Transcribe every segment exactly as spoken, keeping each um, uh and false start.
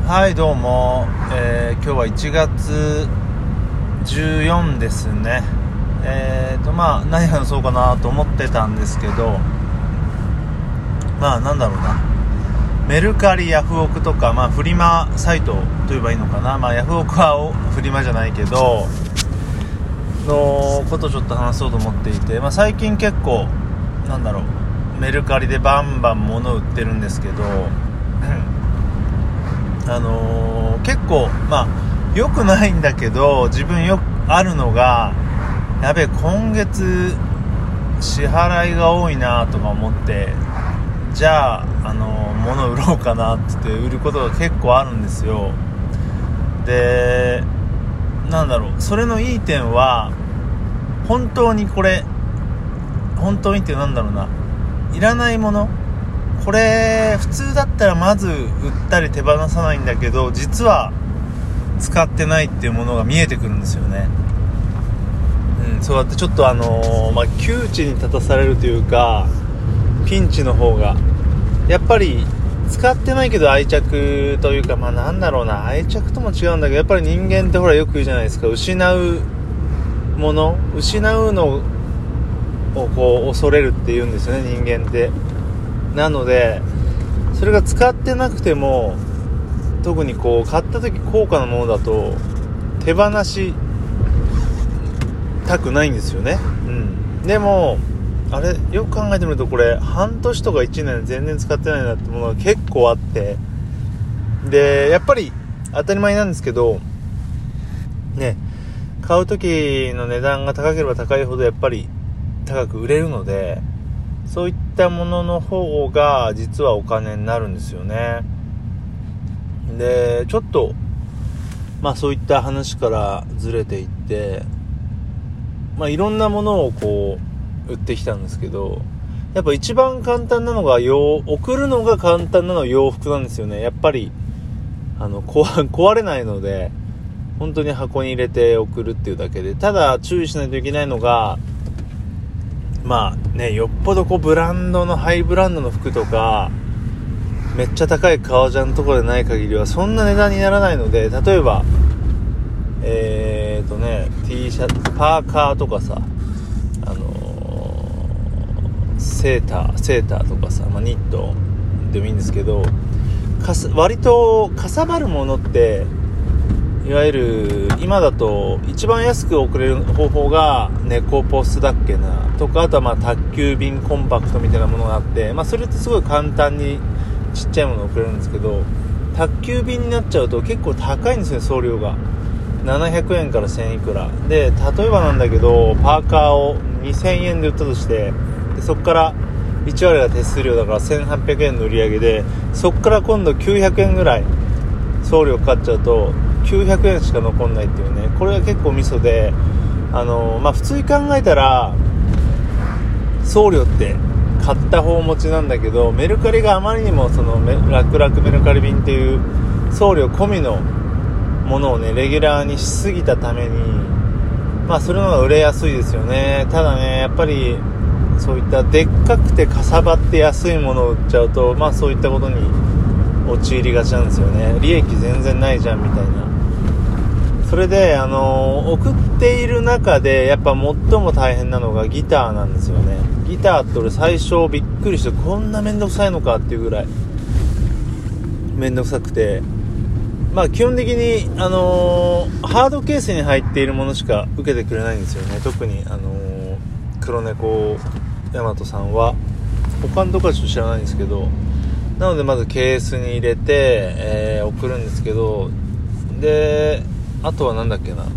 はいどうも、えー、今日はいちがつじゅうよっかですね。えーとまあ何話そうかなと思ってたんですけど、まあなんだろうな、メルカリ、ヤフオクとか、まあフリマサイトと言えばいいのかな。まあヤフオクはフリマじゃないけどのことをちょっと話そうと思っていて、まあ最近結構なんだろう、メルカリでバンバン物売ってるんですけどあのー、結構まあ良くないんだけど、自分よくあるのが、やべえ今月支払いが多いなとか思って、じゃあ、あのー、物売ろうかなって言って売ることが結構あるんですよ。で、なんだろう、それのいい点は本当にこれ本当にってなんだろうな、いらないもの、これ普通だったらまず売ったり手放さないんだけど、実は使ってないっていうものが見えてくるんですよね。うん、そうやってちょっとあのー、まあ窮地に立たされるというか、ピンチの方がやっぱり使ってないけど愛着というか、まあなんだろうな、愛着とも違うんだけど、やっぱり人間ってほらよく言うじゃないですか、失うもの、失うのをこう恐れるって言うんですよね、人間って。なのでそれが使ってなくても、特にこう買った時高価なものだと手放したくないんですよね。うん。でもあれよく考えてみると、これ半年とかいちねん全然使ってないなってものが結構あって、でやっぱり当たり前なんですけどね、買う時の値段が高ければ高いほどやっぱり高く売れるので、そういったものの方が実はお金になるんですよね。でちょっとまあそういった話からずれていって、まあいろんなものをこう売ってきたんですけど、やっぱ一番簡単なのが洋送るのが簡単なのは洋服なんですよね。やっぱりあの壊、壊れないので本当に箱に入れて送るっていうだけで、ただ注意しないといけないのが、まあね、よっぽどこうブランドのハイブランドの服とかめっちゃ高い革ジャンのところでない限りはそんな値段にならないので、例えばえーとね T シャツ、パーカーとかさ、あのー、セーターセーターとかさ、まあ、ニットでもいいんですけど、かす割とかさばるものって、いわゆる今だと一番安く送れる方法がネコポスだっけなとか、あとはまあ宅急便コンパクトみたいなものがあって、まあそれってすごい簡単にちっちゃいものを送れるんですけど、宅急便になっちゃうと結構高いんですよ、送料が。ななひゃくえんからせんいくらで、例えばなんだけどパーカーをにせんえんで売ったとして、でそこからいち割が手数料だからせんはっぴゃくえんの売り上げで、そこから今度きゅうひゃくえんぐらい送料かかっちゃうときゅうひゃくえんしか残んないっていうね、これが結構ミソで、あのまあ普通に考えたら送料って買った方持ちなんだけど、メルカリがあまりにもその楽々メルカリ便っていう送料込みのものをねレギュラーにしすぎたために、まあそれの方が売れやすいですよね。ただね、やっぱりそういったでっかくてかさばって安いものを売っちゃうと、まあそういったことに陥りがちなんですよね。利益全然ないじゃんみたいな。それであのー、送っている中でやっぱ最も大変なのがギターなんですよね。ギターって俺最初びっくりして、こんなめんどくさいのかっていうぐらいめんどくさくて、まあ基本的にあのー、ハードケースに入っているものしか受けてくれないんですよね。特にあのー、黒猫ヤマトさんは他のとこはちょっと知らないんですけど、なのでまずケースに入れて、えー、送るんですけど、であとはなんだっけな、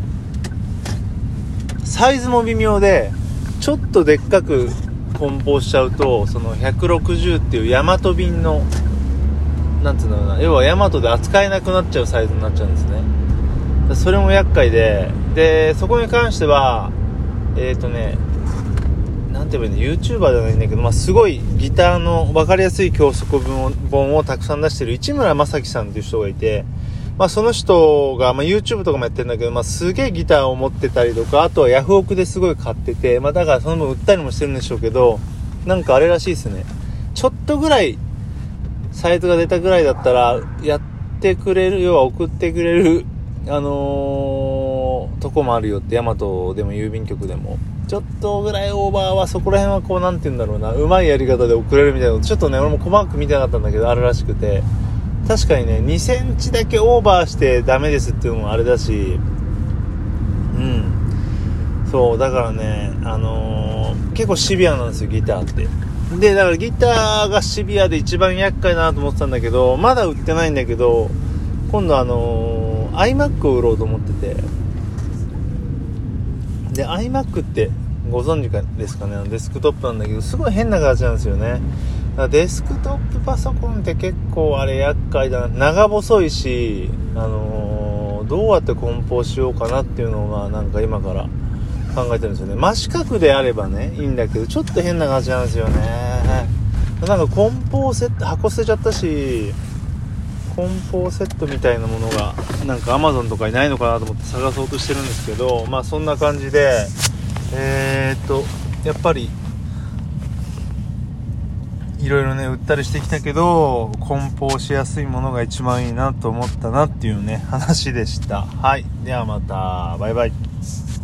サイズも微妙で、ちょっとでっかく梱包しちゃうと、そのひゃくろくじゅうっていうヤマト便のなんていうのかな、要はヤマトで扱えなくなっちゃうサイズになっちゃうんですね。それも厄介で、でそこに関してはえっとねなんて言えばいいの、 YouTuber じゃないんだけど、まあ、すごいギターの分かりやすい教則本をたくさん出してる市村正樹さんっていう人がいて、まあ、その人が、まあ、YouTube とかもやってるんだけど、まあ、すげえギターを持ってたりとか、あとはヤフオクですごい買ってて、まあ、だからその分売ったりもしてるんでしょうけど、なんかあれらしいですね、ちょっとぐらいサイズが出たぐらいだったらやっってくれる、要は送ってくれる、あのー、とこもあるよって、ヤマトでも郵便局でも。ちょっとぐらいオーバーは、そこら辺はこう、なんて言うんだろうな、うまいやり方で送れるみたいな、ちょっとね、俺も細かく見てなかったんだけど、あるらしくて。確かにね、にセンチだけオーバーしてダメですっていうのもあれだし、うん。そう、だからね、あのー、結構シビアなんですよ、ギターって。で、だからギターがシビアで一番厄介だなと思ってたんだけど、まだ売ってないんだけど、今度あのー、iMac を売ろうと思ってて、で、iMac ってご存知かですかね、デスクトップなんだけど、すごい変な形なんですよね。だからデスクトップパソコンって結構あれ厄介だな、長細いし、あのー、どうやって梱包しようかなっていうのがなんか今から考えてるんですよね。真四角であればねいいんだけど、ちょっと変な感じなんですよね。なんか梱包セット、箱捨てちゃったし、梱包セットみたいなものがなんか Amazon とかにないのかなと思って探そうとしてるんですけど、まあそんな感じで、えーっとやっぱりいろいろね売ったりしてきたけど、梱包しやすいものが一番いいなと思ったなっていうね話でした。はい、ではまた、バイバイ。